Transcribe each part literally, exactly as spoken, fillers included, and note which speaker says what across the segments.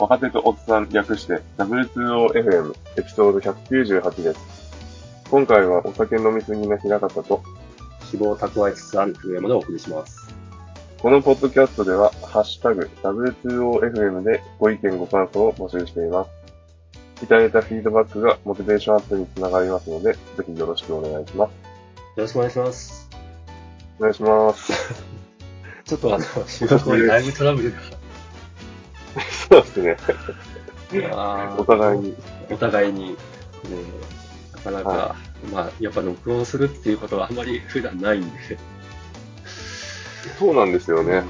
Speaker 1: 若手とおっさん略して ダブリューツーオーエフエム エピソードひゃくきゅうじゅうはちです。今回はお酒飲みすぎな平方と
Speaker 2: 希望を蓄えつつある古山でお送りします。
Speaker 1: このポッドキャストではハッシュタグ ダブリューツーオーエフエム でご意見ご感想を募集しています。いただいたフィードバックがモチベーションアップにつながりますので、ぜひよろしくお願いします。
Speaker 2: よろしくお願いします。
Speaker 1: お願いします。
Speaker 2: ちょっとあの、仕事でだいぶトラブルが。
Speaker 1: そうですね。
Speaker 2: お
Speaker 1: 互いに。
Speaker 2: お互いに、ね、なかなか、はい、まあ、やっぱ録音するっていうことはあんまり普段ないんで。
Speaker 1: そうなんですよね。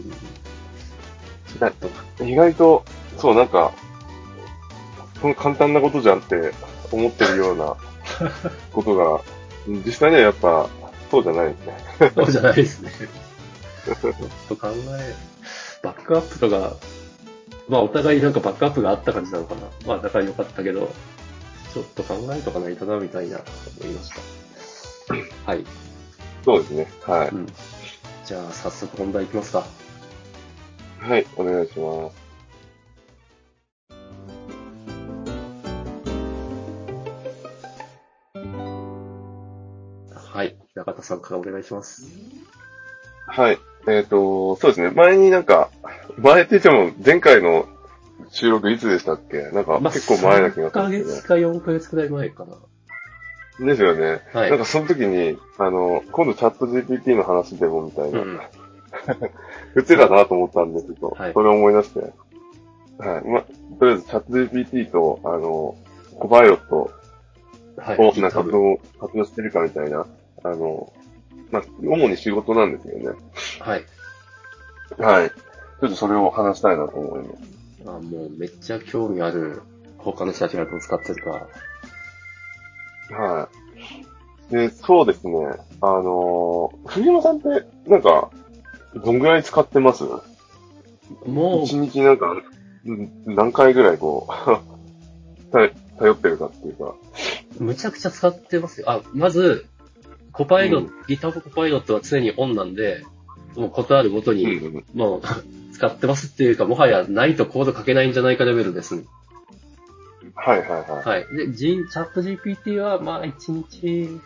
Speaker 2: うん、
Speaker 1: 意外と、そうなんか、その簡単なことじゃんって思ってるようなことが、実際にはやっぱ、そうじゃないですね。
Speaker 2: そうじゃないですね。ちょっと考え、バックアップとか、まあお互いなんかバックアップがあった感じなのかな。まあだから良かったけど、ちょっと考えとかないとなみたいな思いました。はい。
Speaker 1: そうですね。はい。
Speaker 2: うん、じゃあ早速本題いきますか。
Speaker 1: はい、お願いします。
Speaker 2: はい。中田さんからお願いします。
Speaker 1: はい。えっと、そうですね。前になんか、前って言っても前回の収録いつでしたっけ？なんか結構前な気がするんですけど。
Speaker 2: さんかげつかよんかげつくらい前かな。
Speaker 1: ですよね。
Speaker 2: はい。
Speaker 1: なんかその時に、あの、今度チャット ジーピーティー の話でもみたいな、うん、言ってたなと思ったんですけど、はい、それを思い出して。はい。ま、とりあえずチャット ジーピーティー と、あの、コパイロットをなんかどう活用してるかみたいな、あの、まあ、主に仕事なんですよね。
Speaker 2: はい。
Speaker 1: はい。ちょっとそれを話したいなと思います。
Speaker 2: あ、もうめっちゃ興味ある。他の人たちがどう使ってるか。
Speaker 1: はい。で、そうですね。あのー、藤山さんって、なんか、どんぐらい使ってます？もう。一日なんか、何回ぐらいこう、頼ってるかっていうか。
Speaker 2: むちゃくちゃ使ってますよ。あ、まず、コパイロット、うん、ギターコパイロットは常にオンなんで、もうことあるごとに、うん、もう使ってますっていうか、もはやないとコード書けないんじゃないかレベルですね。
Speaker 1: はいはいはい。
Speaker 2: はい。で、チャット ジーピーティー は、まあ、一日、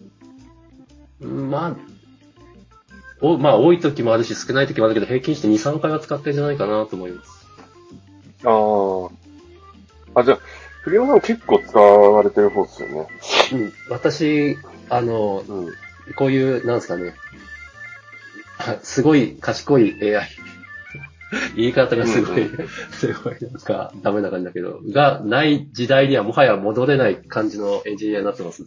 Speaker 2: まあ、お、まあ、多い時もあるし、少ない時もあるけど、平均してに、さんかいは使ってるんじゃないかなと思います。
Speaker 1: ああ。あ、じゃあ、栗山さん結構使われてる方ですよね。
Speaker 2: うん。私、あの、うん、こういう、なんですかね、すごい賢い エーアイ。言い方がすごい、うんうん、すごいなんかダメな感じだけど、がない時代にはもはや戻れない感じのエンジニアになってますね。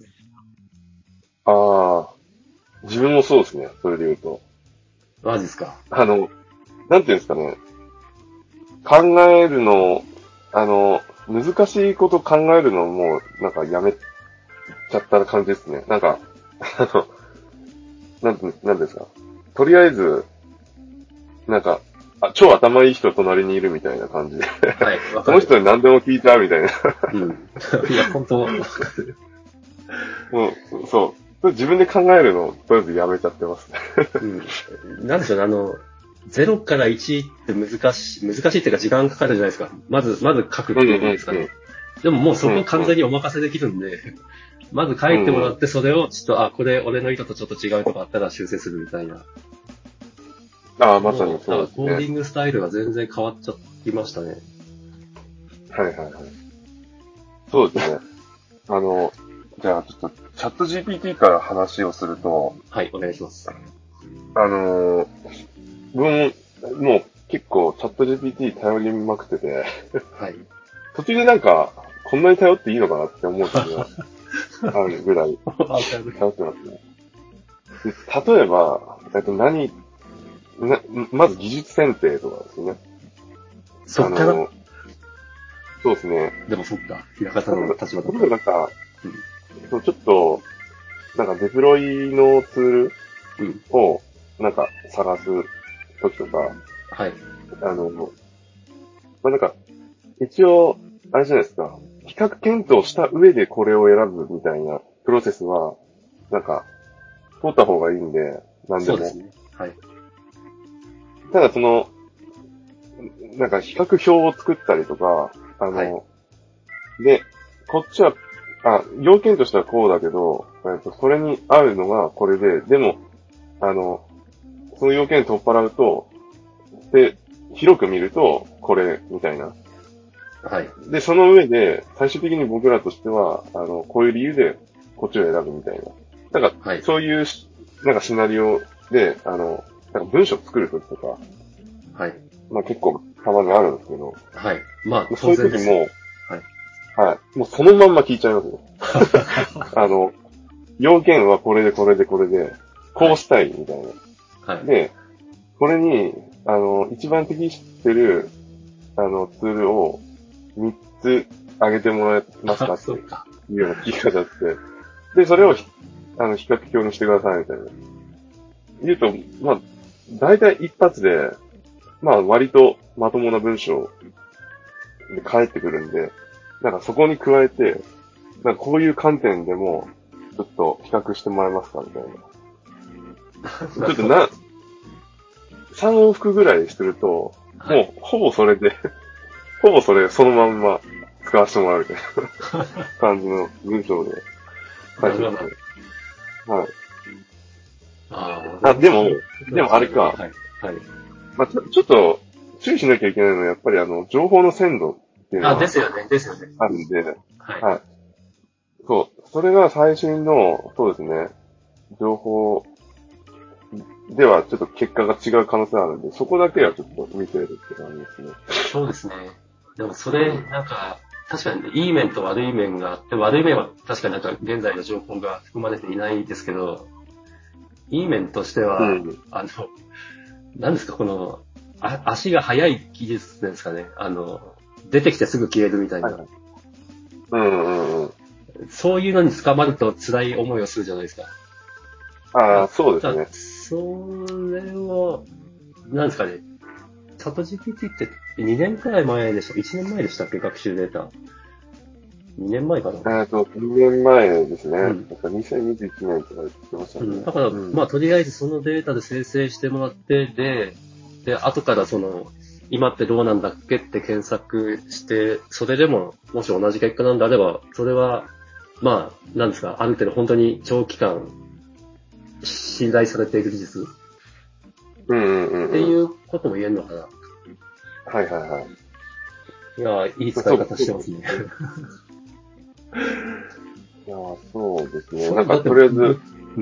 Speaker 1: ああ、自分もそうですね、それで言うと。
Speaker 2: マジですか。
Speaker 1: あの、なんていうんですかね、考えるの、あの、難しいこと考えるのも、なんかやめちゃった感じですね。なんか、あの、なんて、なんですか。とりあえず、なんか、あ、超頭いい人隣にいるみたいな感じで。はい、わかる。その人に何でも聞いちゃうみたいな。
Speaker 2: うん。いや、本当わかる。
Speaker 1: もう、そう。自分で考えるのを、とりあえずやめちゃってますね。
Speaker 2: うん。なんでしょうね、あの、ゼロからいちって難しい、難しいっていうか時間かかるじゃないですか。まず、まず書くっていうんですかね。うんうんうん、でももうそこ完全にお任せできるんで、うんうん、まず書いてもらって、それをちょっと、あ、これ俺の意図とちょっと違うとかあったら修正するみたいな。
Speaker 1: ああ、まさにそうですね。
Speaker 2: コーディングスタイルが全然変わっちゃいましたね。
Speaker 1: はいはいはい。そうですね。あの、じゃあちょっと、チャット ジーピーティー から話をすると、
Speaker 2: はい、お願いします。
Speaker 1: あの、分、もう結構チャット ジーピーティー 頼りまくってて、はい。途中でなんか、こんなに頼っていいのかなって思う時があるぐらい頼ってますね。で例えば、えっと何、な、まず技術選定とかですね。
Speaker 2: そっから、あの、
Speaker 1: そうですね。
Speaker 2: でもそっか、平方の立場とか。
Speaker 1: 例えばなんか、うん、ちょっと、なんかデプロイのツールを、なんか探すときとか、はい。あの、まあ、なんか、一応、あれじゃないですか、比較検討した上でこれを選ぶみたいなプロセスは、なんか、通った方がいいんで、なんでも。そうですね。はい。ただその、 なんか比較表を作ったりとか、あの、
Speaker 2: はい、
Speaker 1: で、こっちは、あ、要件としてはこうだけど、えっと、それに合うのがこれで、でも、あの、その要件取っ払うと、で、広く見ると、これ、みたいな。
Speaker 2: はい。
Speaker 1: で、その上で、最終的に僕らとしては、あの、こういう理由で、こっちを選ぶみたいな。なんか、
Speaker 2: はい。
Speaker 1: そういう、なんかシナリオで、あの、なんか文章作るときとか、
Speaker 2: はい。
Speaker 1: まあ結構たまにあるんですけど、
Speaker 2: はい。まあ、
Speaker 1: そういう
Speaker 2: 当然ですよ。
Speaker 1: 時も、
Speaker 2: はい。
Speaker 1: はい。もうそのまんま聞いちゃいますよ。あの、要件はこれでこれでこれで、こうしたいみたいな。
Speaker 2: はい。
Speaker 1: で、これに、あの、一番適してる、あの、ツールをみっつあげてもらえますか
Speaker 2: あ、
Speaker 1: ってい
Speaker 2: そうか。
Speaker 1: うような聞き方して、で、それをひ、あの、比較表にしてくださいみたいな。言うと、まあ、大体一発で、まあ、割とまともな文章で返ってくるんで、なんかそこに加えて、なんかこういう観点でも、ちょっと比較してもらえますかみたいな。ちょっとな、さん往復ぐらいすると、
Speaker 2: はい。
Speaker 1: もうほぼそれで、ほぼそれそのまんま使わせてもらうみたいな感じの文章で返
Speaker 2: なるほど。
Speaker 1: してきて。はい。
Speaker 2: ああ、
Speaker 1: あ、でも、で
Speaker 2: そうですね。
Speaker 1: もあれか。
Speaker 2: はい。はい。
Speaker 1: まあ、ちょ、ちょっと注意しなきゃいけないのは、やっぱりあの、情報の鮮度っていうの
Speaker 2: あ、で
Speaker 1: は
Speaker 2: すよね。ですよね。
Speaker 1: あるんで、
Speaker 2: はい。
Speaker 1: はい。そう。それが最新の、そうですね、情報ではちょっと結果が違う可能性あるんで、そこだけ
Speaker 2: はい。
Speaker 1: はちょっと見てるって感じですね。
Speaker 2: そうですね。でもそれ、
Speaker 1: うん。
Speaker 2: なんか、確かにねいい面と悪い面があって、悪い面は確かになんか現在の情報が含まれていないですけど、いい面としては、
Speaker 1: うん。
Speaker 2: あの、何ですか、この、あ足が速い技術ですかね。あの、出てきてすぐ消えるみたいな。
Speaker 1: はいはい。うんうんうん。
Speaker 2: そういうのに捕まると辛い思いをするじゃないですか。
Speaker 1: ああ、
Speaker 2: まあ、だ
Speaker 1: そうですね。
Speaker 2: それを、なんですかね。チャット ジーピーティー ってにねんくらい前でした ?いち 年前でしたっけ学習データ。にねんまえかな。
Speaker 1: えっと、にねんまえですね。
Speaker 2: うん。
Speaker 1: なんかにせんにじゅういちねんとか言ってました
Speaker 2: うん。
Speaker 1: ね。
Speaker 2: だから、
Speaker 1: うん。
Speaker 2: まあ、とりあえずそのデータで生成してもらって、で、で、後からその、今ってどうなんだっけって検索して、それでも、もし同じ結果なんであれば、それは、まあ、なんですか、ある程度本当に長期間、信頼されている技術
Speaker 1: うんうんうん
Speaker 2: って
Speaker 1: うん。
Speaker 2: いうことも言えるのかな。
Speaker 1: はいはいはい。
Speaker 2: いや、いい
Speaker 1: そう、そう
Speaker 2: 使い方してますね。
Speaker 1: ですね。いやー、そうですね。なんか、
Speaker 2: それだって、
Speaker 1: とりあえず、
Speaker 2: うん。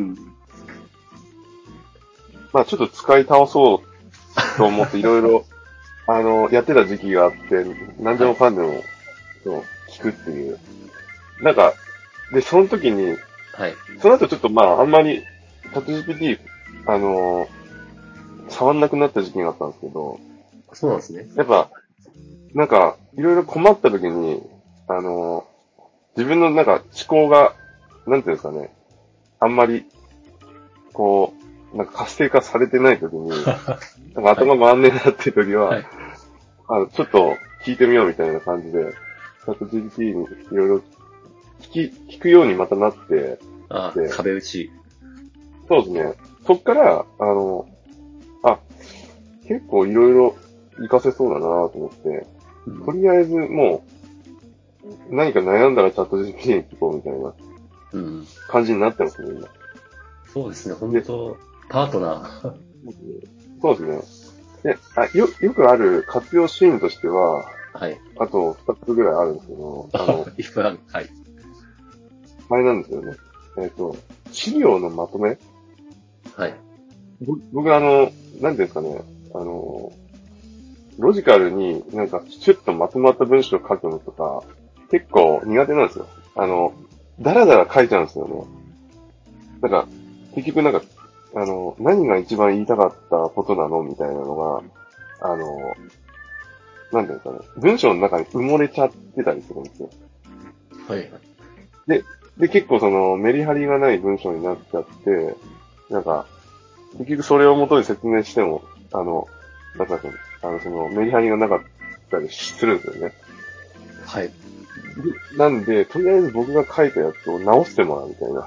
Speaker 1: まあちょっと使い倒そうと思っていろいろ、あの、やってた時期があって、何で
Speaker 2: はい。
Speaker 1: もかんでも、そう、聞くっていう。なんか、で、その時に、
Speaker 2: はい。
Speaker 1: その後ちょっとまあ、あんまり、チャット ジーピーティー、あのー触んなくなった時期があったんですけど、
Speaker 2: そうなんですね。
Speaker 1: やっぱ、なんか、いろいろ困った時に、あのー自分のなんか思考が、なんていうんですかね、あんまり、こう、なんか活性化されてない時に、なんか
Speaker 2: はい。
Speaker 1: 頭回んねえなっていう時は、
Speaker 2: はい。
Speaker 1: あの、ちょっと聞いてみようみたいな感じで、チャット ジーピーティー にいろいろ聞き、聞くようにまたなって、
Speaker 2: あ、
Speaker 1: で、
Speaker 2: 壁打ち。
Speaker 1: そうですね。そっから、あの、あ、結構いろいろ活かせそうだなと思って、
Speaker 2: うん。
Speaker 1: とりあえずもう、何か悩んだらチャット ジーピーティー に聞こうみたいな
Speaker 2: うん。
Speaker 1: 感じになってますね、今。
Speaker 2: そうですね、本
Speaker 1: で、
Speaker 2: 当パートナー。
Speaker 1: そうですね。で、あ、よ、よくある活用シーンとしては、
Speaker 2: はい。
Speaker 1: あと二つぐらいあるんですけど、あの、
Speaker 2: いっぱいある。はい。
Speaker 1: あれなんですよね。えっと、資料のまとめ
Speaker 2: はい。
Speaker 1: ぼ僕あの、なんていうんですかね、あの、ロジカルになんかシュッとまとまった文章を書くのとか、結構苦手なんですよ。あの、だらだら書いちゃうんですよね。なんか、結局なんか、あの、何が一番言いたかったことなのみたいなのが、あの、なんていうんですかね、文章の中に埋もれちゃってたりするんですよ。
Speaker 2: はい。
Speaker 1: で、で、結構そのメリハリがない文章になっちゃって、なんか、結局それを元に説明しても、あの、なんかその、あの、そのメリハリがなかったりするんですよね。
Speaker 2: はい。
Speaker 1: でなんで、とりあえず僕が書いたやつを直してもらうみたいな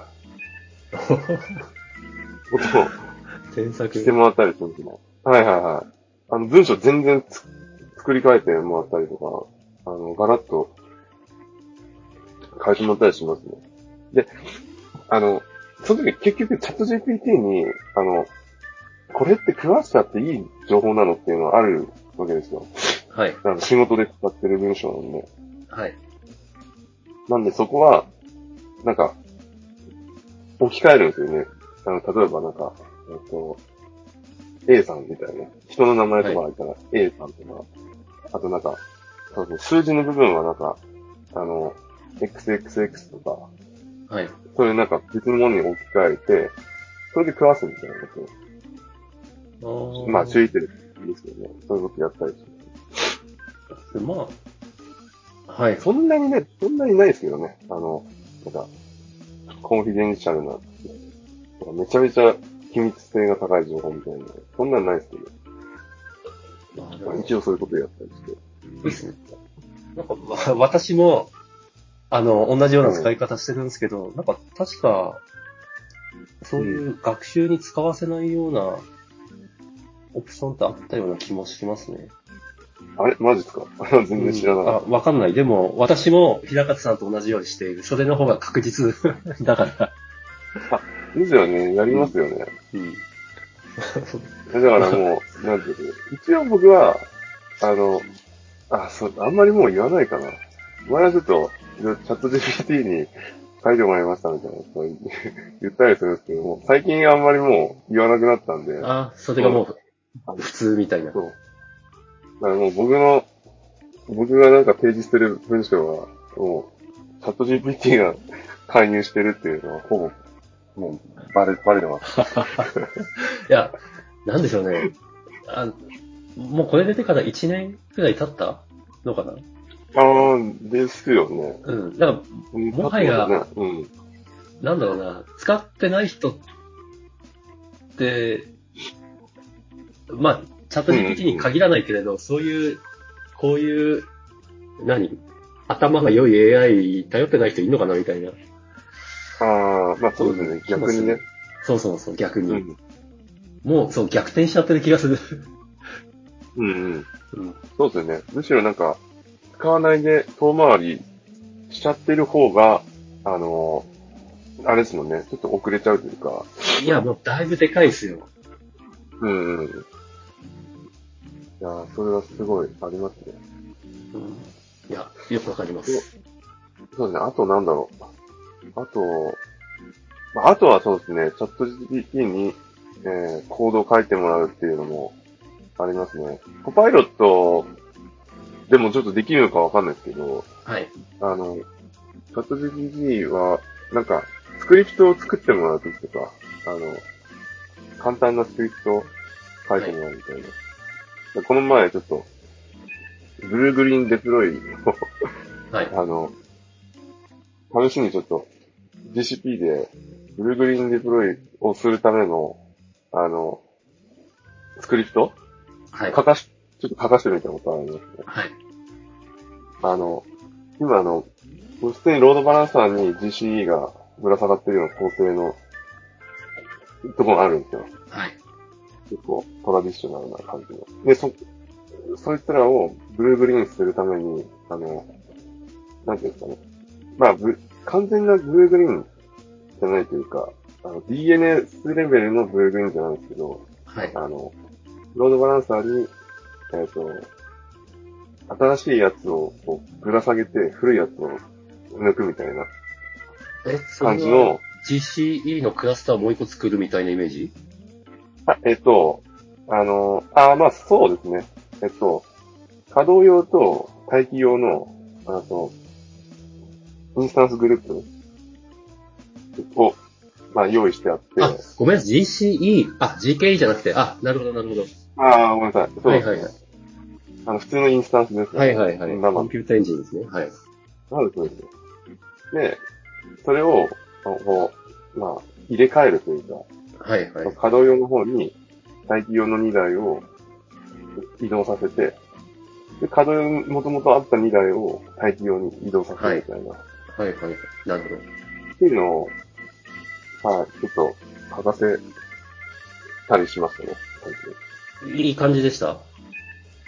Speaker 1: ことを
Speaker 2: 添削。
Speaker 1: してもらったりするんですよ。はいはいはい。あの、文章全然つ作り変えてもらったりとか、あの、ガラッと変えてもらったりしますね。で、あの、その時結局チャット ジーピーティー に、あの、これって食わしちゃっていい情報なのっていうのはあるわけですよ。
Speaker 2: はい。
Speaker 1: あの仕事で使ってる文章なんで。
Speaker 2: はい。
Speaker 1: なんでそこは、なんか、置き換えるんですよね。あの、例えばなんか、えっと、A さんみたいな。人の名前とか入ったら A さんとか、あとなんか、そうですね、数字の部分はなんか、あの、エックスエックスエックス とか、
Speaker 2: はい。
Speaker 1: そういうなんか別のものに置き換えて、それで食わすみたいなことを、まあ注意点ですけどね。そういうことやったりします。
Speaker 2: まあ、はい。
Speaker 1: そんなにね、そんなにないですけどね。あの、なんか、コンフィデンシャルな、なんかめちゃめちゃ機密性が高い情報みたいな、そんなんないですけど、
Speaker 2: あでも
Speaker 1: 一応そういうことやったりして。
Speaker 2: いいですね。なんか、わ私も、あの、同じような使い方してるんですけど、なんか、確か、そういう学習に使わせないようなオプションってあったような気もしますね。
Speaker 1: あれマジですか全然知らなかっ
Speaker 2: うん、あ、わかんない。でも、私も、平方さんと同じようにしている。それの方が確実だから。
Speaker 1: た。あ、ですよね。やりますよね。
Speaker 2: うん。
Speaker 1: だからもう、なんていうの、一応僕は、あの、あ、そう、あんまりもう言わないかな。前はちょっと、チャット ジーピーティー に書いてもらいましたみたいなこと言ったりするんですけども、最近あんまりもう言わなくなったんで、
Speaker 2: あ、それがもう、
Speaker 1: あの
Speaker 2: 普通みたいな。
Speaker 1: そう。だからもう僕の、僕がなんか提示してる文章は、もう、チャット ジーピーティー が介入してるっていうのは、ほぼ、もう、バレ、バレてます。
Speaker 2: いや、なんでしょうね。あ、もうこれ出てからいちねんくらい経ったのかな。
Speaker 1: ああ、ですよね。
Speaker 2: うん。だから、
Speaker 1: うん、
Speaker 2: もはや、
Speaker 1: ね。うん。
Speaker 2: なんだろうな、使ってない人って、まあ、チャット
Speaker 1: うん
Speaker 2: ジーピーティー に限らないけれど、そういう、こういう、何頭が良い エーアイ 頼ってない人いるのかなみたいな。
Speaker 1: ああ、まあそうですね、
Speaker 2: うん
Speaker 1: 逆にね。
Speaker 2: そうそうそう、逆に。
Speaker 1: うん。
Speaker 2: もう、そう、逆転しちゃってる気がする。
Speaker 1: うんうん。
Speaker 2: うん。
Speaker 1: そうですよね。むしろなんか、使わないで遠回りしちゃってる方が、あのーあれですもんね、ちょっと遅れちゃうというか。
Speaker 2: いや、もうだいぶでかいですよ。
Speaker 1: うんうん。いやー、それはすごいありますね。
Speaker 2: うん。いや、よくわかりま
Speaker 1: そう
Speaker 2: す。
Speaker 1: そうですね、あとなんだろう。あと、まあ、あとはそうですね、チャット ジーピーティー に、えー、コードを書いてもらうっていうのもありますね。コパイロットでもちょっとできるのかわかんないですけど、
Speaker 2: はい。
Speaker 1: あの、チャット ジーピーティー は、なんか、スクリプトを作ってもらうときとか、あの、簡単なスクリプトを書いてもらうみたいな。はい、この前ちょっと、ブルーグリーンデプロイを
Speaker 2: はい。
Speaker 1: あの、試しにちょっと ジーシーピー でブルーグリーンデプロイをするための、あの、スクリプト
Speaker 2: はい。
Speaker 1: 書かし、ちょっと書かしてみたことありますね。
Speaker 2: はい。
Speaker 1: あの、今あの、普通にロードバランサーに ジーシーイー がぶら下がってるような構成のところがあるんですよ。
Speaker 2: はい。
Speaker 1: 結構トラディショナルな感じの。で、そ、そいつらをブルーグリーンするために、あの、なんていうんですかね。まあ、ブ完全なブルーグリーンじゃないというか、あの、ディーエヌエス レベルのブルーグリーンじゃないんですけど、
Speaker 2: はい。
Speaker 1: あの、ロードバランサーに、えっ、と、新しいやつをこうぶら下げて、古いやつを抜くみたいな
Speaker 2: え、それは
Speaker 1: 感じの、
Speaker 2: ジーシーイー のクラスターをもう一個作るみたいなイメージ？
Speaker 1: あ、えっ、と、あの、あ、まあそうですね。えっと、稼働用と待機用の、あの、インスタンスグループを、まあ用意してあって、
Speaker 2: あ、ごめんなさい。ジーシーイー、あ、ジーケーイー じゃなくて、あ、なるほど、なるほど。
Speaker 1: ああ、ごめんなさい。そうですね。
Speaker 2: はいはいはい。
Speaker 1: あの、普通のインスタンスですね。
Speaker 2: はいはいはい。
Speaker 1: 生の。
Speaker 2: コンピュータエンジンですね。はい。
Speaker 1: なんでそうですね。で、それを、こう、まあ、入れ替えるというか、
Speaker 2: はいはい。
Speaker 1: 稼働用の方に、待機用のにだいを移動させて、で、稼働用もともとあったにだいを待機用に移動させるみたいな。
Speaker 2: はいはい。なるほど。
Speaker 1: っていうのを、はい、ちょっと書かせたりしましたね。
Speaker 2: いい感じでした？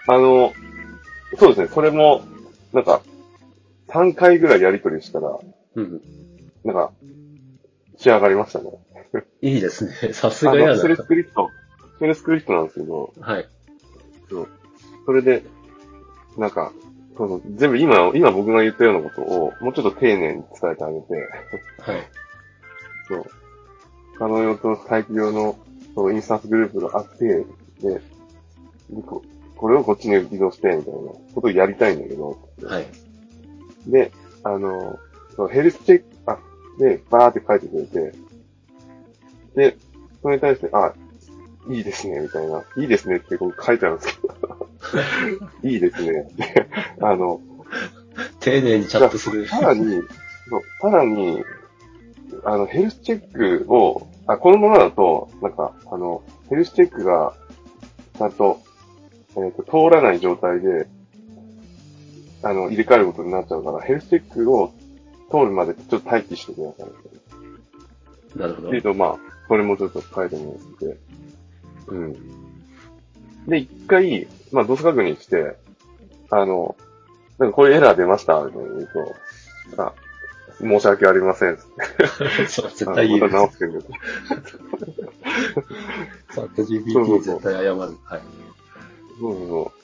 Speaker 1: あの、そうですね、それも、なんか、さんかいぐらいやりとりしたら、
Speaker 2: うん。
Speaker 1: なんか、仕上がりましたね。
Speaker 2: いいですね。さす
Speaker 1: あの、
Speaker 2: がやな。
Speaker 1: シェルスクリプト、シェルスクリプトなんですけど、
Speaker 2: はい。
Speaker 1: そう。それで、なんか、そうそう、全部今、今僕が言ったようなことを、もうちょっと丁寧に伝えてあげて、
Speaker 2: はい。
Speaker 1: そう。他の用と待機用の、そう、インスタンスグループがあって、で、でここれをこっちに移動して、みたいなことをやりたいんだけど、
Speaker 2: はい。
Speaker 1: で、あの、そうヘルスチェック、あ、で、バーって書いてくれて、で、それに対して、あ、いいですね、みたいな。いいですねってこう書いてあるんですけど、いいですねって、あの、
Speaker 2: 丁寧にチャ
Speaker 1: じゃあ、
Speaker 2: ットする。
Speaker 1: さらに、そうさらに、あの、ヘルスチェックを、あ、このままだと、なんか、あの、ヘルスチェックが、ちゃんと、えっ、と、通らない状態で、あの、入れ替えることになっちゃうから、ヘルスチェックを通るまでちょっと待機してください。
Speaker 2: なるほど。
Speaker 1: っていうと、まあ、それもちょっと書いてもらって、うん。で、一回、まあ、動作確認して、あの、なんかこういうエラー出ました、みたいな言うと、あ、申し訳ありません。
Speaker 2: そう、絶
Speaker 1: あまた
Speaker 2: 対言う。
Speaker 1: 直してくれる。
Speaker 2: チャット
Speaker 1: そうそ
Speaker 2: ジーピーティー
Speaker 1: うそう。
Speaker 2: 絶対謝る。はい。
Speaker 1: そうそうそう。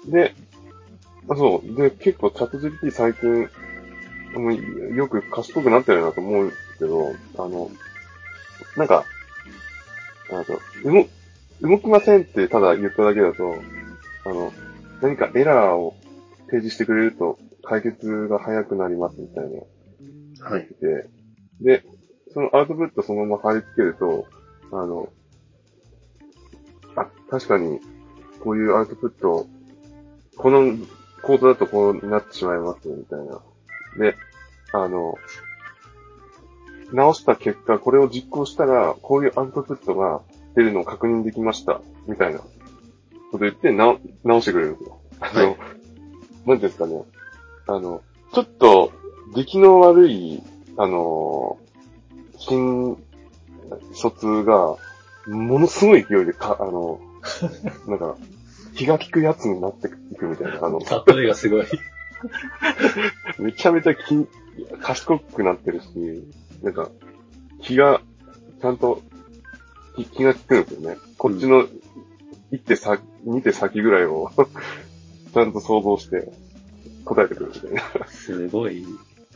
Speaker 1: で、あ、そう。で、結構チャット ジーピーティー 最近、もうよく賢くなってるなと思うんですけど、あの、なんか、あの、動、動きませんってただ言っただけだと、あの、何かエラーを提示してくれると解決が早くなりますみたいな
Speaker 2: はい。
Speaker 1: 言ってて、で、そのアウトプットそのまま貼り付けると、あの、あ、確かに、こういうアウトプット、このコードだとこうなってしまいますみたいな。で、あの、直した結果、これを実行したら、こういうアウトプットが出るのを確認できました。みたいなこと言って、な、直してくれるんですよ。あの、
Speaker 2: はい。
Speaker 1: なんていうんですかね。あの、ちょっと、出来の悪い、あの、新卒が、ものすごい勢いでか、あの、なんか、気が利くやつになっていくみたいな、あの、
Speaker 2: 例えがすごい。
Speaker 1: めちゃめちゃ気、賢くなってるし、なんか、気が、ちゃんと気気が利くんですよね。こっちの一手先、二手先ぐらいをちゃんと想像して答えてくるみたいな。
Speaker 2: すごい。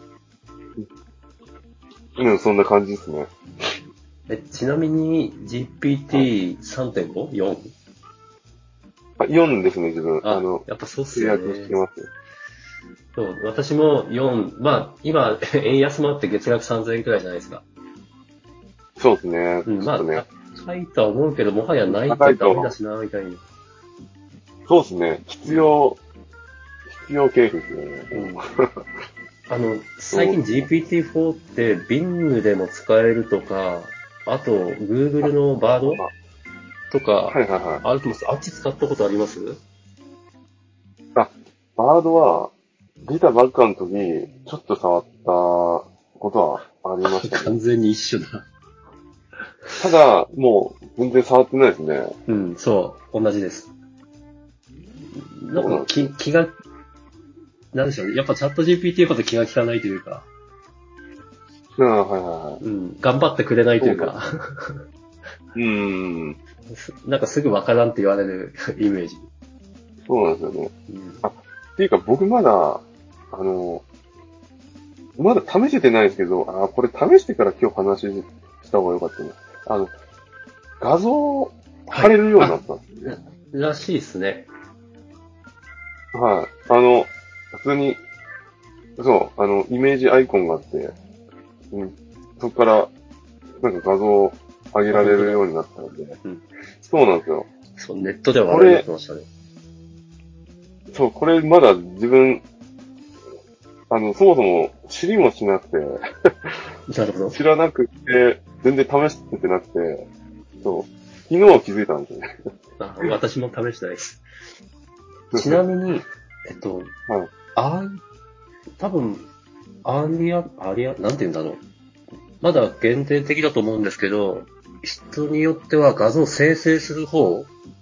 Speaker 1: うん、そんな感じですね。
Speaker 2: え、ちなみに ジーピーティーさんてんご?よん?
Speaker 1: あ、よんですね、自分。あ
Speaker 2: あ、
Speaker 1: の、
Speaker 2: やっぱそうっす
Speaker 1: 契
Speaker 2: よね。
Speaker 1: 約してます。
Speaker 2: そう、私もよん、まあ、今、円安もあって月額さんぜんえんくらいじゃないですか。
Speaker 1: そうですね。
Speaker 2: うん、まあ、
Speaker 1: ちょっとね。
Speaker 2: 高いとは思うけど、もはやない
Speaker 1: 高いと、
Speaker 2: とダメだしな、みたいな。
Speaker 1: そうですね。必要、必要経費ですよね。
Speaker 2: うん。
Speaker 1: も
Speaker 2: あの、
Speaker 1: うそう
Speaker 2: 最近 ジーピーティーフォー って Bing でも使えるとか、あと Google のバード
Speaker 1: あ、
Speaker 2: とか
Speaker 1: はいはいはい。
Speaker 2: あると思うんです。あっち使ったことあります？
Speaker 1: あ、バードは、出たばっかの時、ちょっと触ったことはありましたね。
Speaker 2: 完全に一緒だ。
Speaker 1: ただ、もう、全然触ってないですね。
Speaker 2: うん、そう、同じです。なんか気、
Speaker 1: そうなんですよ。
Speaker 2: 気が、なんでしょうね。やっぱチャット ジーピーティー こと気が利かないというか、
Speaker 1: ああ、はいはいはい。
Speaker 2: うん、頑張ってくれないというか、
Speaker 1: そうなんですよ。うーん。
Speaker 2: なんかすぐわからんって言われるイメージ。
Speaker 1: そうなんですよね。
Speaker 2: うん、
Speaker 1: あ、っていうか僕まだ、あの、まだ試せてないんですけど、あ、これ試してから今日話した方がよかったね。あの、画像
Speaker 2: はい。
Speaker 1: 貼れるようにな
Speaker 2: あ、
Speaker 1: ったんですね。
Speaker 2: らしいですね。
Speaker 1: はい。あの、普通に、そう、あの、イメージアイコンがあって、うん、そこから、なんか画像を上げ
Speaker 2: あ、
Speaker 1: られ
Speaker 2: 本当だ。
Speaker 1: るようになったので、
Speaker 2: うん。
Speaker 1: そうなんですよ。
Speaker 2: そう、ネットでは話題になっ
Speaker 1: これ、
Speaker 2: てましたね。
Speaker 1: そう、これまだ自分、あの、そもそも知りもしなくて、
Speaker 2: なるほど。
Speaker 1: 知らなくて、全然試しててなくて、そう、昨日は気づいたんですよね。
Speaker 2: あ、私も試してないです。ちなみに、えっと、
Speaker 1: はい。
Speaker 2: あい、多分、アーリア、アリア、なんて言うんだろう。まだ限定的だと思うんですけど、人によっては画像生成する方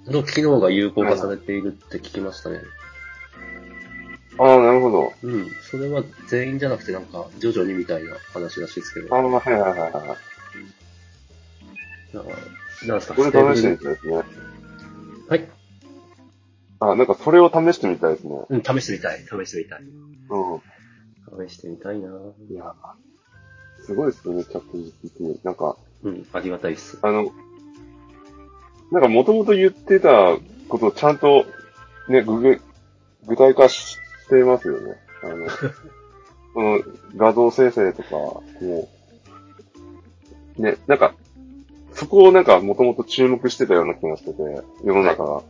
Speaker 2: の機能が有効化されているって聞きましたね。
Speaker 1: ああ、なるほど。
Speaker 2: うん。それは全員じゃなくてなんか徐々にみたいな話らしいですけど。
Speaker 1: ああ、はいはいはいはい。
Speaker 2: なんか、なんですか、
Speaker 1: これ試してみたいですね。
Speaker 2: はい。
Speaker 1: あ、なんかそれを試してみたいですね。
Speaker 2: うん、試してみたい。試してみたい。
Speaker 1: うん。
Speaker 2: 試してみたいな。
Speaker 1: いや、すごいですよね、チャット ジーピーティー。なんか、
Speaker 2: うん、ありがたいっす。
Speaker 1: あの、なんかもともと言ってたことをちゃんと、ね、具具体化してますよね。あの、この画像生成とか、もう、ね、なんか、そこをなんかもともと注目してたような気がしてて、世の中が。
Speaker 2: はい。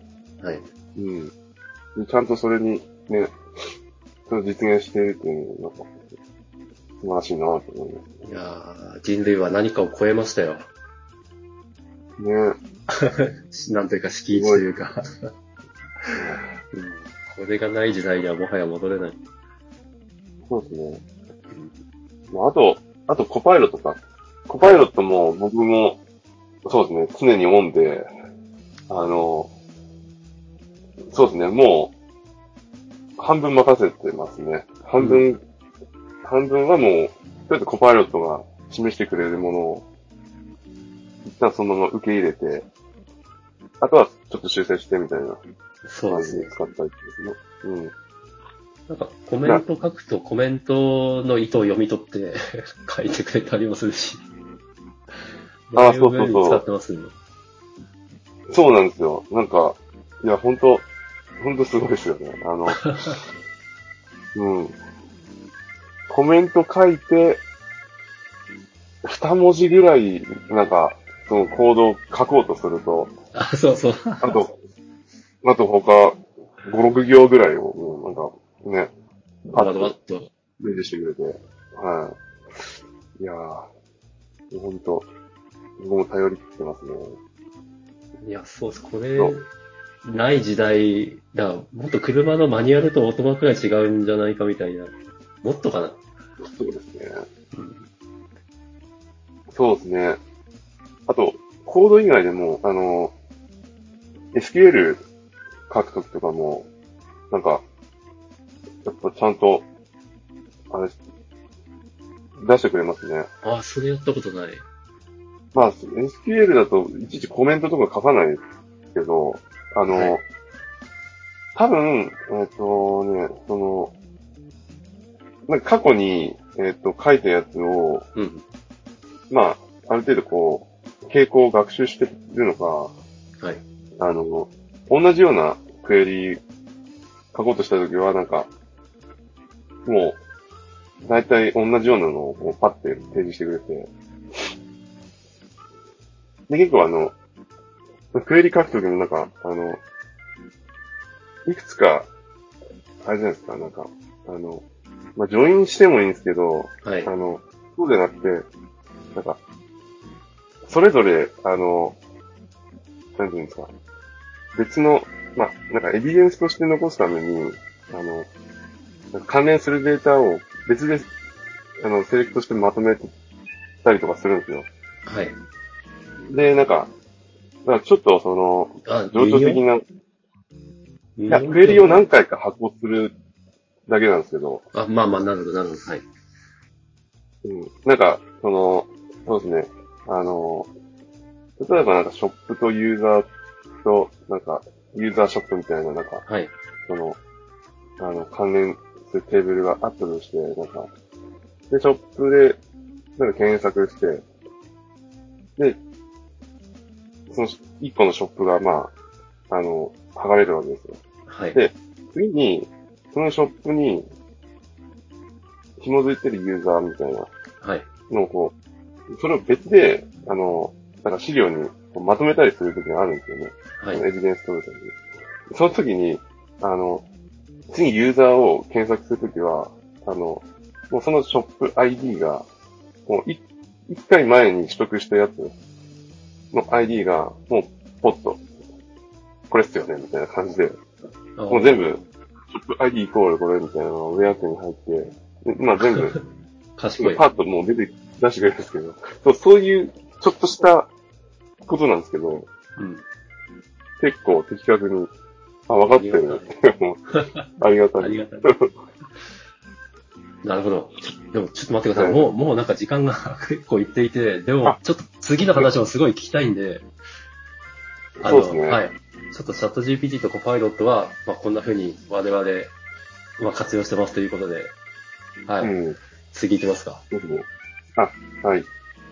Speaker 1: うん。ちゃんとそれに、ね、それを実現しているっていうのが、なんか、素晴らしいなと思います。
Speaker 2: いやー、人類は何かを超えましたよ。
Speaker 1: ね。
Speaker 2: なんというか敷地というか、うん。これがない時代にはもはや戻れない。
Speaker 1: そうですね。まあ、あと、あとコパイロットか。コパイロットも僕も、そうですね、常にオンで、あの、そうですね、もう、半分任せてますね。半分、うん、半分はもう、とりあえずコパイロットが示してくれるものを、一旦そのまま受け入れて、あとはちょっと修正してみたいな感じで使ったりですね。うん。
Speaker 2: なんかコメント書くとコメントの意図を読み取って書いてくれたりもするし。
Speaker 1: ああ、そうそうそう。
Speaker 2: 使ってますね。
Speaker 1: そうなんですよ。なんか、いや、ほんと、ほんとすごいですよね。あの、うん。コメント書いて、二文字ぐらい、なんか、そのコードを書こうとすると、
Speaker 2: あ、そうそう。
Speaker 1: あと、あと他、ご、ろく行ぐらいを、もうなんか、ね、
Speaker 2: パッと、と
Speaker 1: レジしてくれて、はい。いやー、ほんと、僕も頼り切ってますね。
Speaker 2: いや、そうです。これ、ない時代、だもっと車のマニュアルとオートマくらい違うんじゃないかみたいな。もっとかな。
Speaker 1: そうですね。うん、そうですね。あと、コード以外でも、あの、エスキューエル 書くときとかも、なんか、やっぱちゃんと、あれ、出してくれますね。
Speaker 2: ああ、それやったことない。
Speaker 1: まあ、エスキューエル だと、いちいちコメントとか書かないけど、あの、はい、多分、えっとね、その、なんか過去に、えっと、書いたやつを、うん、まあ、ある程度こう、傾向を学習してるのか、はい。あの、同じようなクエリ書こうとしたときは、なんか、もう、だいたい同じようなのをこうパッて提示してくれて、で、結構あの、クエリ書くときもなんか、あの、いくつか、あれじゃないですか、なんか、あの、まあ、ジョインしてもいいんですけど、はい。あの、そうじゃなくて、なんか、それぞれ、あの、なんていうんですか、別の、まあ、なんかエビデンスとして残すために、あの、関連するデータを別で、あの、セレクトしてまとめたりとかするんですよ。はい。で、なんか、なんかちょっとその、情緒的な、いや、クエリを何回か発行するだけなんですけど。あ、まあまあ、なるほど、なるほど、はい。うん。なんか、その、そうですね。あの、例えばなんかショップとユーザーと、なんか、ユーザーショップみたいな、なんか、はい。その、あの、関連するテーブルがあったとして、なんか、で、ショップで、なんか検索して、で、その、一個のショップが、まあ、あの、剥がれるわけですよ。はい。で、次に、そのショップに、紐づいてるユーザーみたいな、はい。のをこう、それを別で、あの、なんか資料にまとめたりするときがあるんですよね。はい。エビデンス取るときに。その時に、あの、次ユーザーを検索するときは、あの、もうそのショップ アイディー が、もうい一回前に取得したやつの アイディー が、もうポッと、これっすよね、みたいな感じで、もう全部、ショップ アイディー イコールこれみたいなのがウェアクに入って、まあ全部、賢い。パッともう出て、出してくれるんですけど、そう、そういう、ちょっとしたことなんですけど、うん。 結構的確に、あ、分かってるね。ありがたい。
Speaker 2: ありがたい。なるほど。でもちょっと待ってください。はい、もう、もうなんか時間が結構いっていて、でもちょっと次の話もすごい聞きたいんで、
Speaker 1: あの、そうですね。
Speaker 2: はい。ちょっとチャット ジーピーティー とコパイロットは、まあ、こんな風に我々、まあ、活用してますということで、はい。うん、次行きますか。
Speaker 1: あ、はい。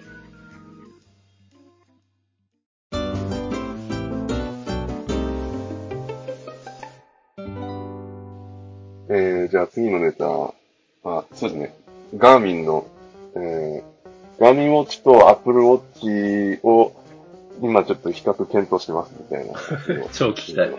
Speaker 1: えー、じゃあ次のネタ、あ、そうですね。ガーミンの、えー、ガーミンウォッチとアップルウォッチを今ちょっと比較検討してますみたいな。
Speaker 2: 超聞きたい。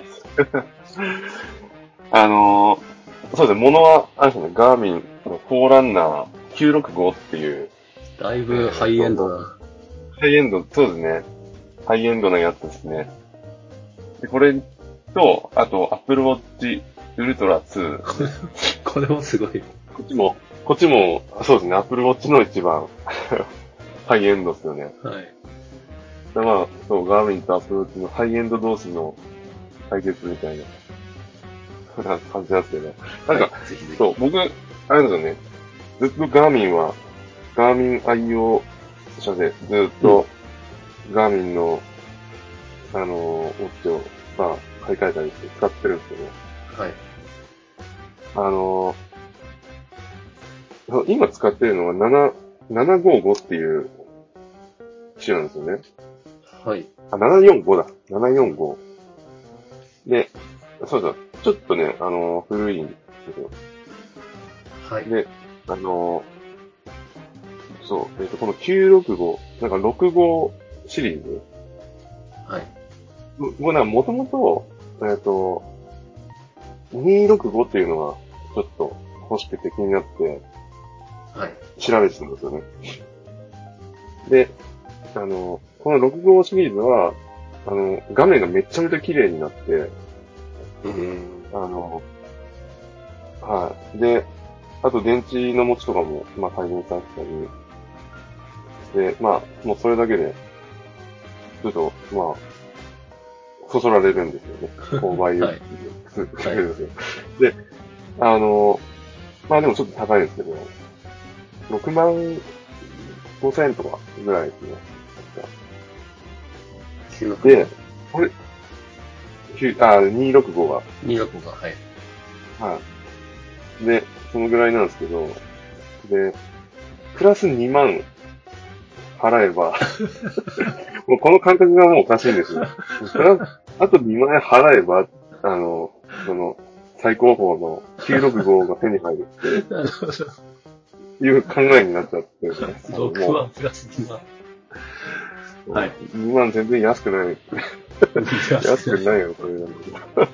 Speaker 1: あのー、そうですね、ものは、あれですね、ガーミンのフォーランナーきゅうろくごっていう。
Speaker 2: だいぶハイエンドな。
Speaker 1: ハイエンド、そうですね。ハイエンドなやつですね。で、これと、あと、アップルウォッチウルトラツー。
Speaker 2: これもすごい。
Speaker 1: こっちも、こっちも、そうですね、アップルウォッチの一番ハイエンドですよね。
Speaker 2: はい。
Speaker 1: まあ、そう、ガーミンとアップルウォッチのハイエンド同士の対決みたいな感じなんですけど、なんか、はい、ぜひぜひそう、僕、あれですよね、ずっとガーミンは、ガーミン愛用者で、ずっと、ガーミンの、あの、ウォッチを、まあ、買い替えたりして使ってるんですけど、
Speaker 2: はい。
Speaker 1: あの、今使ってるのはなな、ななごごっていう機種なんですよね。
Speaker 2: はい。
Speaker 1: あ、ななよんごだ。ななよんご。で、そうだ、ちょっとね、あの、古いんですよ。
Speaker 2: はい。
Speaker 1: で、あの、そう、えっと、このきゅうろくご、なんかろくごシリーズ。
Speaker 2: はい。
Speaker 1: 僕なんかもともと、えっと、にろくごっていうのがちょっと欲しくて気になって、
Speaker 2: はい。
Speaker 1: 調べてたんですよね。で、あの、このろくごシリーズは、あの、画面がめちゃめちゃ綺麗になって、
Speaker 2: えー、
Speaker 1: あの、はい。で、あと電池の持ちとかも、まあ、改善されてたり、で、まあ、もうそれだけで、ちょっと、まあ、そそられるんですよね。購買力するんですよ。で、あの、まあでもちょっと高いですけど、ろくまんごせんえんとかぐらいですね。で、これ、あ、にろくごが。
Speaker 2: にろくごが、はい。
Speaker 1: はい。で、そのぐらいなんですけど、で、プラスにまん払えば、もうこの感覚がもうおかしいんですよ。プラス、あとにまん円払えば、あの、その、最高峰のきゅうろくごが手に入るって、
Speaker 2: なるほど。
Speaker 1: いう考えになっちゃって、ね、
Speaker 2: ろくまんプラスにまん。
Speaker 1: はい。にまん全然安くない。安くないよ、これなんだ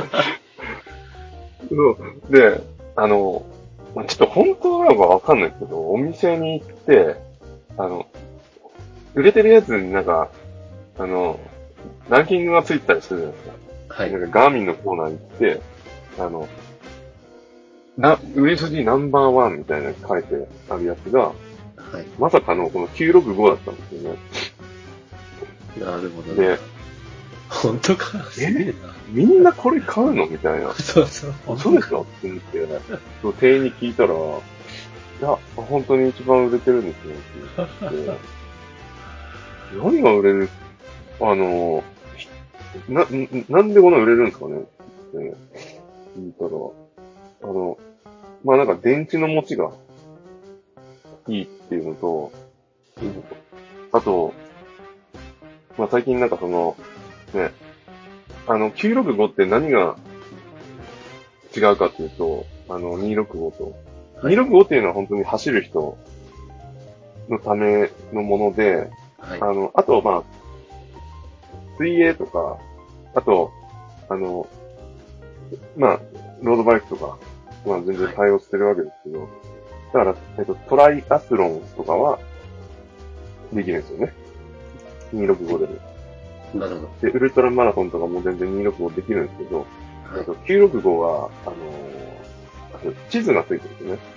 Speaker 1: けど。で、あの、ちょっと本当なのかわかんないですけど、お店に行って、あの、売れてるやつになんか、あの、ランキングがついてたりするじゃないですか。はい。なんかガーミンのコーナーに行って、あの、な、売れ筋ナンバーワンみたいな書いてあるやつが、はい。まさかのこのきゅうろくごだったんですよね。
Speaker 2: なるほど、
Speaker 1: ね。で、
Speaker 2: 本当かすげえな。
Speaker 1: みんなこれ買うのみたいな。
Speaker 2: そうそう。
Speaker 1: そうですかって思って、そう店員に聞いたら、いや、本当に一番売れてるんですよって言って、何が売れるあの、な、なんでこんな売れるんですかねって聞いたら、あの、まあなんか電池の持ちがいいっていうのと、うん、あと、まあ最近なんかその、ね、あの、きゅうろくごって何が違うかっていうと、あの、にろくごと。はい、にろくごっていうのは本当に走る人のためのもので、はい、あの、あと、まあ、水泳とか、あと、あの、まあ、ロードバイクとか、まあ全然対応してるわけですけど、はい、だから、えっと、トライアスロンとかは、できるんですよね。にろくごでも。
Speaker 2: なるほど。
Speaker 1: で、ウルトラマラソンとかも全然にろくごできるんですけど、はい、ときゅうろくごは、あのー、地図がついてるんですよね。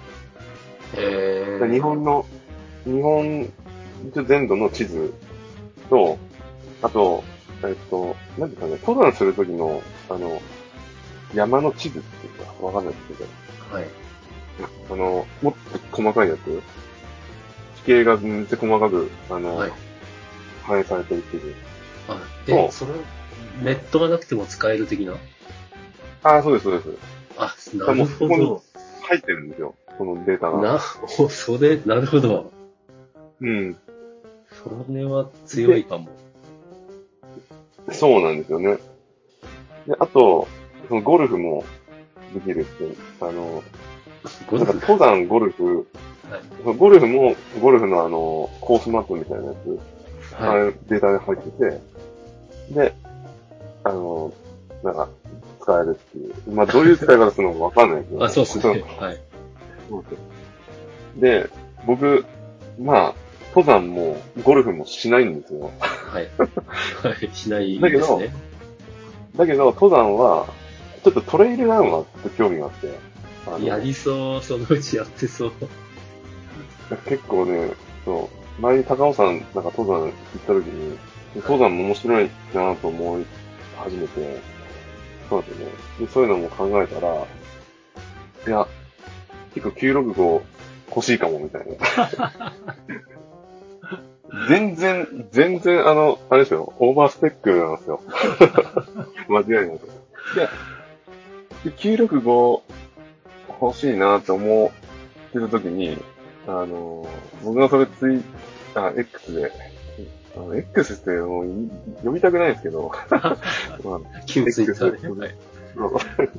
Speaker 2: へー。
Speaker 1: 日本の、日本全土の地図と、あと、 えっと、なんですかね、登山するときの、あの、山の地図っていうか、わかんないですけど、
Speaker 2: はい。
Speaker 1: あの、もっと細かいやつ、地形がめっちゃ細かく、あの、
Speaker 2: はい。
Speaker 1: 反映されてる地図
Speaker 2: あ、え、
Speaker 1: と、
Speaker 2: それ、ネットがなくても使える的な？
Speaker 1: ああ、そうです、そうです。
Speaker 2: あ、
Speaker 1: だからも
Speaker 2: なる
Speaker 1: うそこに
Speaker 2: ほど。
Speaker 1: 入ってるんですよ、そのデータが。
Speaker 2: な、お、それ、なるほど。
Speaker 1: うん。
Speaker 2: それは強い
Speaker 1: で、
Speaker 2: かも。
Speaker 1: そうなんですよね。で、あと、そのゴルフもできるって、あの、なんか
Speaker 2: ゴルフ。
Speaker 1: 登山、ゴルフ、
Speaker 2: はい。
Speaker 1: そのゴルフも、ゴルフのあの、コースマップみたいなやつ、あ
Speaker 2: はい。
Speaker 1: れデータで入ってて、で、あの、なんか、使えるっていう。まあ、どういう使い方するのかわかんないけど。
Speaker 2: あ、そうですね。はい。
Speaker 1: そうそうで、僕、まあ、登山もゴルフもしないんですよ。
Speaker 2: はい。はい。しない
Speaker 1: だけど、
Speaker 2: ですね。
Speaker 1: だけど、登山は、ちょっとトレイルランはちょっと興味があって、あの、
Speaker 2: やりそう、そのうちやってそう。
Speaker 1: 結構ね、そう、前に高尾山なんか登山行った時に、登山も面白いなと思い始めて、そうですよね。で、そういうのも考えたら、いや、結構きゅうろくご欲しいかもみたいな。全然、全然あの、あれですよ、オーバースペックなんですよ。間違いなく。で、できゅうろくご欲しいなと思ってる時に、あの、僕がそれツイあ、X で、あの X ってもうい呼びたくないんですけど、まあ、
Speaker 2: 旧ツイッタ
Speaker 1: X、
Speaker 2: ーで。はい。
Speaker 1: そう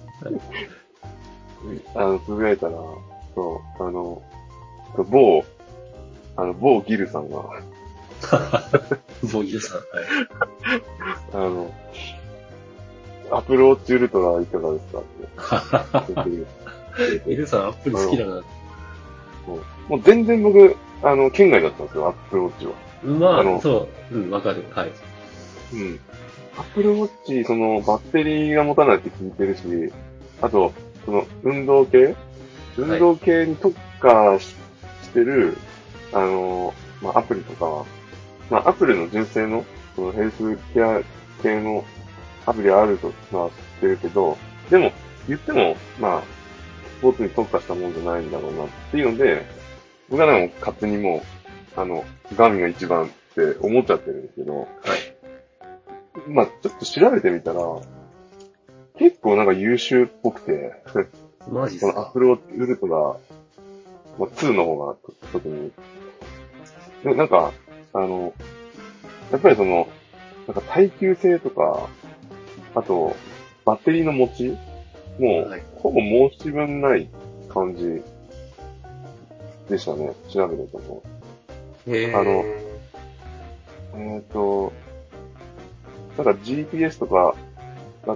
Speaker 1: あの、つぶやいたら、そう、あの、某、あの、某ギルさんが、
Speaker 2: ボギルさん。はい。
Speaker 1: あの、アップルウォッチウルトラいかがですかって言ってる。
Speaker 2: ギルさん、アップル好きだな。
Speaker 1: もうもう全然僕、あの、県外だったんですよ、アップルウォッチは。あ
Speaker 2: まあ、
Speaker 1: の、
Speaker 2: そう、うん、わかる。はい。
Speaker 1: うん。アップルウォッチ、その、バッテリーが持たないって聞いてるし、あと、その、運動系運
Speaker 2: はい。
Speaker 1: 動系に特化ししてる、あの、まあ、アプリとか、まあ、アップルの純正の、そのヘルスケア系のアプリあると、まあ、知ってるけど、でも、言っても、まあ、スポーツに特化したもんじゃないんだろうなっていうので、僕はでも勝手にもう、あの、ガーミンが一番って思っちゃってるんですけど、
Speaker 2: はい。
Speaker 1: まあ、ちょっと調べてみたら、結構なんか優秀っぽくて、こ
Speaker 2: マジっすか？
Speaker 1: のアップルウルトラ、まあ、ツーの方が特に、でなんか、あの、やっぱりその、なんか耐久性とか、あと、バッテリーの持ちもう、
Speaker 2: はい。
Speaker 1: ほぼ申し分ない感じでしたね。調べるとも。
Speaker 2: へ
Speaker 1: あの、
Speaker 2: え。
Speaker 1: えっ、と、なんか ジーピーエス とかだって、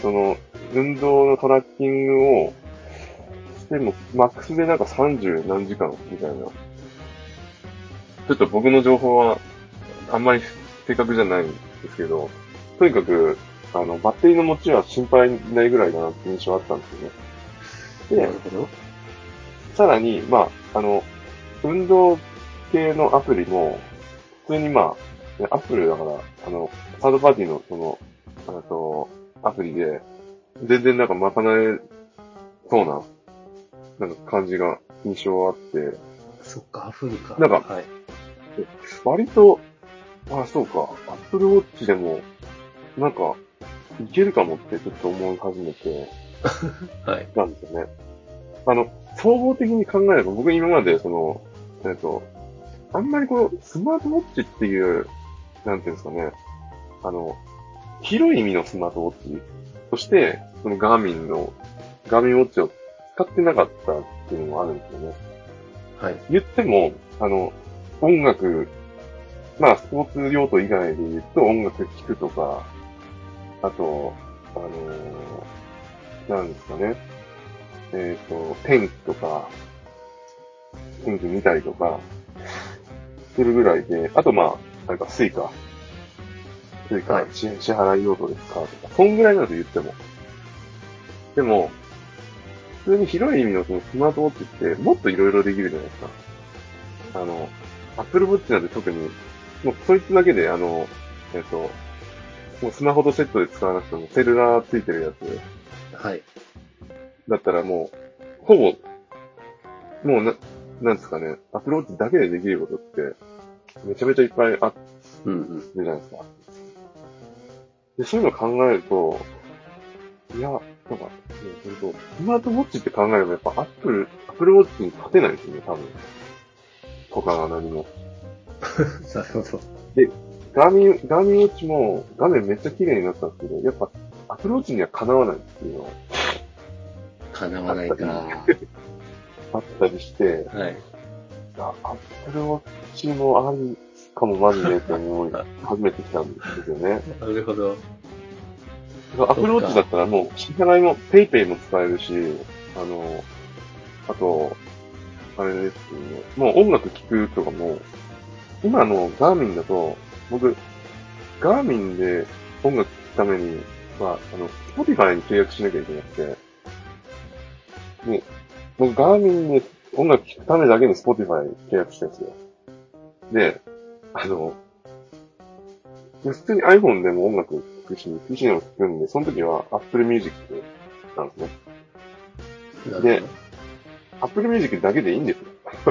Speaker 1: その、運動のトラッキングをしても、マックスでなんかさんじゅう何時間みたいな。ちょっと僕の情報はあんまり正確じゃないんですけど、とにかく、あの、バッテリーの持ちは心配ないぐらいだなって印象あったんですよね。で、
Speaker 2: なるほど。
Speaker 1: さらに、まあ、あの、運動系のアプリも、普通にまあ、アップルだから、あの、サードパーティーのその、あと、アプリで、全然なんか賄えそうな、なんか感じが、印象あって、
Speaker 2: そっか、アフリカ。
Speaker 1: なんか、
Speaker 2: はい。
Speaker 1: 割と、あ、そうか、アップルウォッチでも、なんか、いけるかもってちょっと思い始めて、
Speaker 2: はい。
Speaker 1: なんですよね。あの、総合的に考えれば、僕今までその、えっと、あんまりこのスマートウォッチっていう、なんていうんですかね、あの、広い意味のスマートウォッチとして、そのガーミンの、ガーミンウォッチを使ってなかったっていうのもあるんですよね。
Speaker 2: はい。
Speaker 1: 言っても、あの、音楽、まあ、スポーツ用途以外で言うと音楽聴くとか、あと、あのーなんですかね、えっ、と、天気とか、天気見たりとか、するぐらいで、あとまあ、あれか、スイカ。スイ
Speaker 2: はい。
Speaker 1: カ支支払い用途で使うとか、そんぐらいなんですよ、言っても。でも、普通に広い意味のそのスマートウォッチってもっといろいろできるじゃないですか。あの、Apple Watch なんて特に、もうそいつだけで、あの、えっ、と、 もうスマホとセットで使わなくても、セルラーついてるやつ
Speaker 2: はい。
Speaker 1: だったらもう、ほぼ、もうな、なんですかね、アプローチだけでできることって、めちゃめちゃいっぱいある
Speaker 2: うんうん。
Speaker 1: じゃないですか。で、そういうのを考えると、いや、なんか、ね、ほんと、スマートウォッチって考えればやっぱアップル、アップルウォッチに勝てないですよね、多分。他が何も。
Speaker 2: なるほど。
Speaker 1: で、ガーミン、ガーミンウォッチも画面めっちゃ綺麗になったんですけど、やっぱアプローチにはかなわないっていうのは
Speaker 2: 叶わないか。
Speaker 1: あったりして、
Speaker 2: はい。
Speaker 1: あアップルウォッチもありかもマジでって思い始めてきたんですよね。
Speaker 2: なるほど。
Speaker 1: アップルウォッチだったらもう支払いもペイペイも使えるし、あの、あと、あれですね、もう音楽聴くとかも、今のガーミンだと、僕、ガーミンで音楽聴くためには、あの、Spotify に契約しなきゃいけなくて、で、僕ガーミンで音楽聴くためだけに Spotify 契約してるんですよ。で、あの、普通に iPhone でも音楽聴くし、ピーシー でも聴くんで、その時は Apple Music なんですね。で、Apple Music だけでいいんですよ。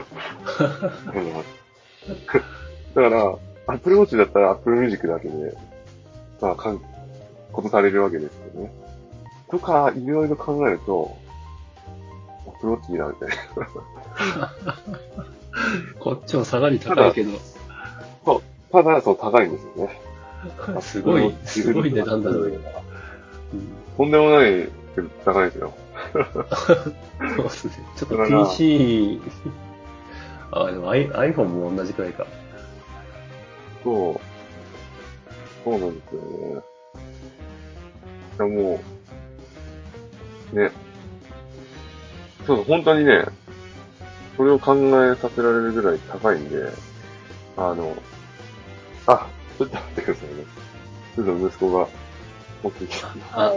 Speaker 1: だから、Apple Watch だったら Apple Music だけで、まあ、かん、ことされるわけですよね。とか、いろいろ考えると、Apple Watch いいな、みたいな。
Speaker 2: こっちも下がり高いけど。
Speaker 1: そう、ただ、そう、高いんですよね。
Speaker 2: すごい、すごい値段だな。うん、
Speaker 1: とんでもないけど高いですよ。
Speaker 2: そうですね。ちょっと ピーシー、あ、でも iPhone も同じくらいか。
Speaker 1: そう。そうなんですよね。いや、もう、ね。そう、本当にね、それを考えさせられるぐらい高いんで、あの、あ、ちょっと待ってくださいね。ちょっと息子が持ってきた。
Speaker 2: あ、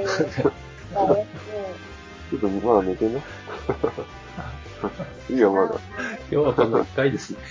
Speaker 1: ちょっとまだ寝てんのいいよ、まだ。
Speaker 2: 今日はこんな深いですね。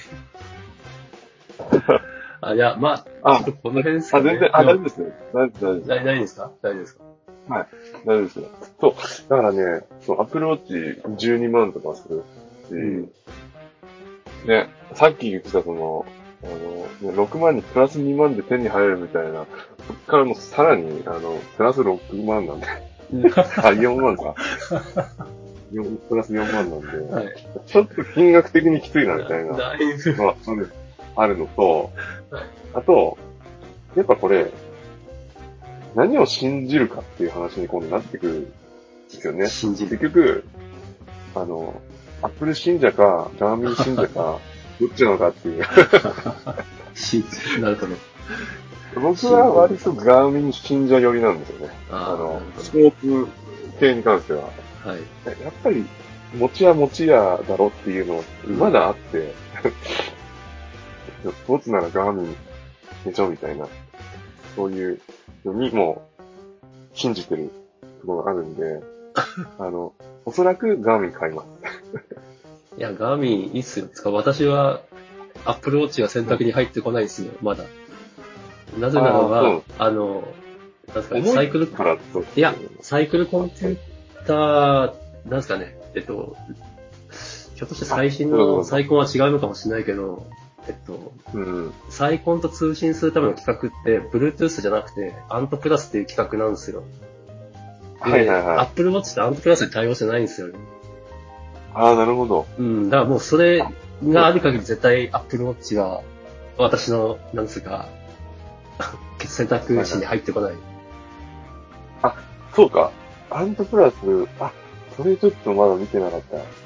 Speaker 2: あ、いや、まあ、ちょっとこの辺ですかね。
Speaker 1: あ、全然、あ、大丈夫ですよ。大丈夫、大丈夫。
Speaker 2: 大丈夫ですか大丈夫ですか
Speaker 1: はい。大丈夫ですよ。そう。だからね、そう、アプローチじゅうにまんとかするし、うん、ね、さっき言ってたその、あの、ね、ろくまんにプラスにまんで手に入るみたいな、そっからもさらに、あの、プラスろくまんなんで。あ、よんまんか。プラスよんまんなんで、はい、ちょっと金額的にきついなみたいなのはある、あるのと、あと、やっぱこれ、何を信じるかっていう話に今度なってくるんですよね。
Speaker 2: 信じる。
Speaker 1: 結局、あの、アップル信者か、ガーミン信者か、どっちなのかっていう。
Speaker 2: 信じなるほど。
Speaker 1: 僕は割とガーミン信者寄りなんですよね。あの、スポーツ系に関しては。はい。やっぱり、持ち屋持ち屋だろっていうのまだあって、うん、スポーツならガーミンでしょみたいな、そういうのにも信じてるところがあるんで、あの、おそらくガーミン買います。
Speaker 2: いや、ガーミンいいっすよ。つか私は、アップルウォッチが選択に入ってこないですよ、まだ。なぜならば、あ, あの、なんですかね、サイクル、
Speaker 1: から
Speaker 2: いや、サイクルコンピューター、なんですかね、えっと、ひょっとして最新のサイコンは違うのかもしれないけど、えっと、うん、サイコンと通信するための規格って、Bluetooth じゃなくて、アントプラスっていう規格なんですよ。
Speaker 1: はいはいはい。
Speaker 2: Apple Watch ってアントプラスに対応してないんですよね。
Speaker 1: ああ、なるほど。
Speaker 2: うん、だからもうそれがある限り絶対 Apple Watch は、私の、なんつうか、選択肢に入ってこない。はいはい、
Speaker 1: あ、そうか。アントプラス、あ、それちょっとまだ見てなかった。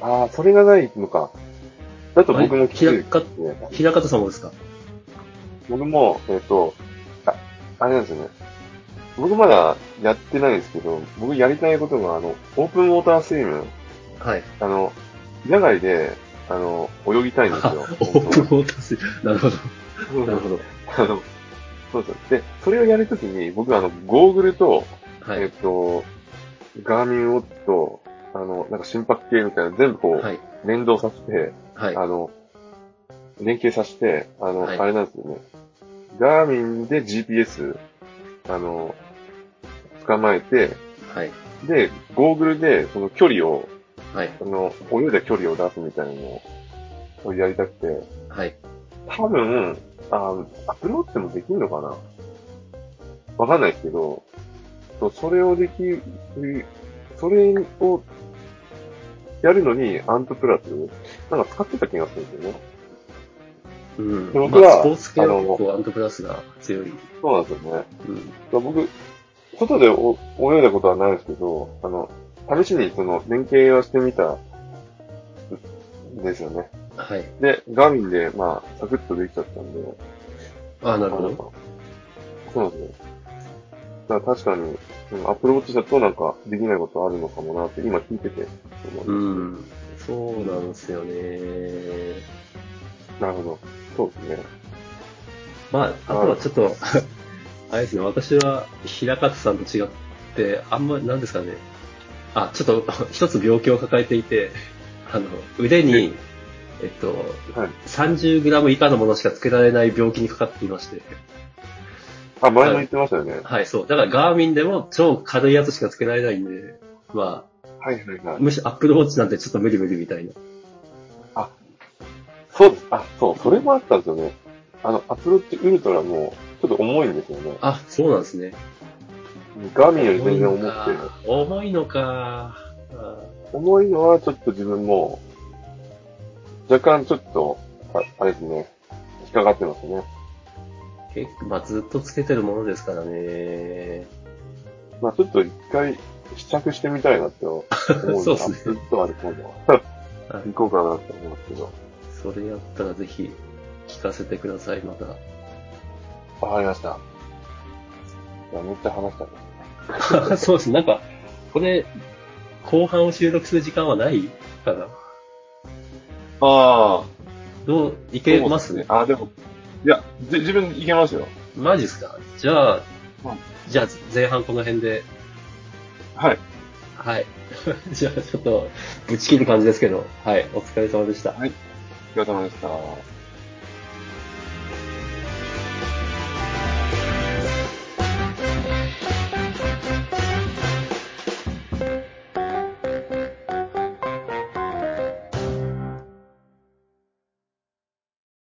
Speaker 1: ああ、それがないのか。だと僕もきついですね。
Speaker 2: 平方さんもですか？
Speaker 1: 僕も、えっ、ー、と、あ、あれなんですよね。僕まだやってないんですけど、僕やりたいことが、あの、オープンウォータースイム。
Speaker 2: はい。
Speaker 1: あの、野外で、あの、泳ぎたいんですよ。
Speaker 2: オープンウォータースイム。なるほど。なるほど。
Speaker 1: あの、そうそう。で、それをやるときに、僕あの、ゴーグルと、はい、えっ、ー、と、ガーミンウォッチと、あの、なんか心拍計みたいな全部こう、はい、連動させて、はい、あの、連携させて、あの、はい、あれなんですよね。ガーミンで ジーピーエスあの、捕まえて、
Speaker 2: はい。
Speaker 1: で、ゴーグルでその距離を、
Speaker 2: はい。
Speaker 1: あの、泳いだ距離を出すみたいなのをやりたくて、
Speaker 2: はい。
Speaker 1: 多分、あ、アプローチでもできるのかなわかんないですけど、そうそれをできる、それをやるのにアントプラス、なんか使ってた気がするんですよね。
Speaker 2: うん。
Speaker 1: で僕は
Speaker 2: まあ、スポーツ系は
Speaker 1: あの
Speaker 2: 結構アントプラスが強い。
Speaker 1: そうなんですよね。
Speaker 2: うん。
Speaker 1: 僕、外でお泳いだことはないですけど、あの、試しにその連携はしてみたんですよね。
Speaker 2: はい。
Speaker 1: で、ガーミンで、まあ、サクッとできちゃったんで、
Speaker 2: ああ、なる
Speaker 1: あの、
Speaker 2: ほど。
Speaker 1: そうなんですよ。だから確かに、うんアプローチだとなんかできないことあるのかもなって今聞いてて思いま
Speaker 2: うん。そうなんですよね。
Speaker 1: す。なるほど。そうですね。
Speaker 2: まあ、あとはちょっと、あれですね、私は平方さんと違って、あんま、なんですかね。あ、ちょっと一つ病気を抱えていて、あの、腕に、えっと、
Speaker 1: はい。
Speaker 2: さんじゅうグラム 以下のものしかつけられない病気にかかっていまして。
Speaker 1: あ、前も言ってましたよね。
Speaker 2: はい、そう。だからガーミンでも超軽いやつしかつけられないんで、ま
Speaker 1: はいはいは
Speaker 2: あ、
Speaker 1: い。
Speaker 2: むしろアップルウォッチなんてちょっと無理無理みたいな。
Speaker 1: あ、そうです。あ、そう、それもあったんですよね。あの、アプローチウルトラも、ちょっと重いんですよね。
Speaker 2: あ、そうなんですね。
Speaker 1: ガーミンより
Speaker 2: 重いの
Speaker 1: 全然重くて、
Speaker 2: か。重いのか。あ
Speaker 1: 重いのはちょっと自分も、若干ちょっと、ああれですね、引っかかってますね。
Speaker 2: 結構、まあずっとつけてるものですからね。
Speaker 1: まあちょっと一回試着してみたいなって思うんで、
Speaker 2: そうですね。
Speaker 1: アップルストアで今度
Speaker 2: はい
Speaker 1: 行こうかなって思うんですけど。
Speaker 2: それやったらぜひ聞かせてください、また。
Speaker 1: わかりました。いや、めっちゃ話したね。
Speaker 2: そうですね。なんか、これ、後半を収録する時間はないかな。
Speaker 1: ああ、
Speaker 2: どう、いけます
Speaker 1: そうですね。あ、でも、いや、じ自分いけますよ。
Speaker 2: マジっすか？じゃあ、
Speaker 1: うん
Speaker 2: じゃあ前半この辺で、
Speaker 1: はい。
Speaker 2: はい。じゃあちょっと、ぶち切る感じですけど、はい。お疲れ様でした。
Speaker 1: はい。お疲れ様でした。